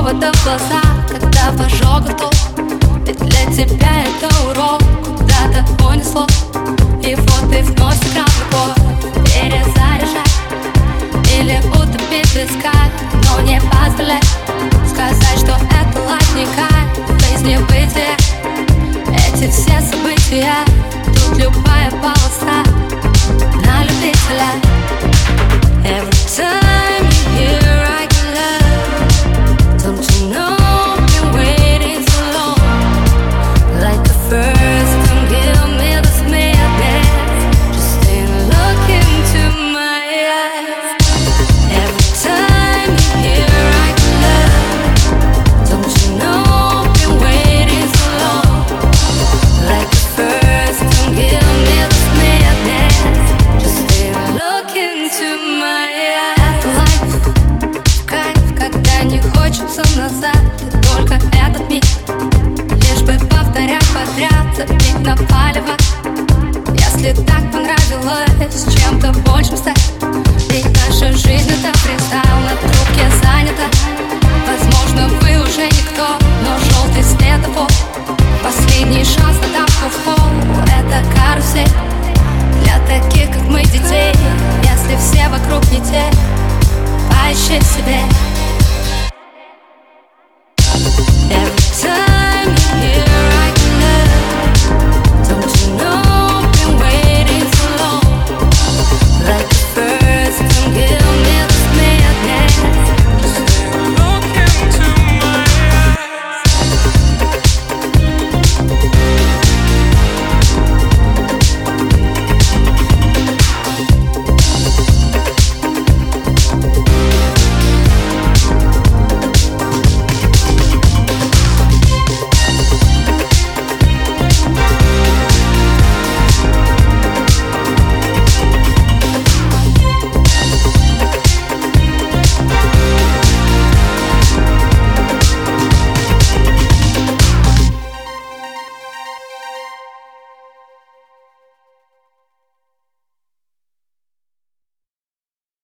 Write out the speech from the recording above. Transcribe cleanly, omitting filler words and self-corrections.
повода в глаза, когда в ожогах толк. Ведь для тебя это урок, куда-то унесло. И вот ты вновь сыграл любовь, перезаряжай или утопить в висках, но не позволяй сказать, что это лайф не кайф, жизни бытие. Эти все события, тут любая полоса на любителя.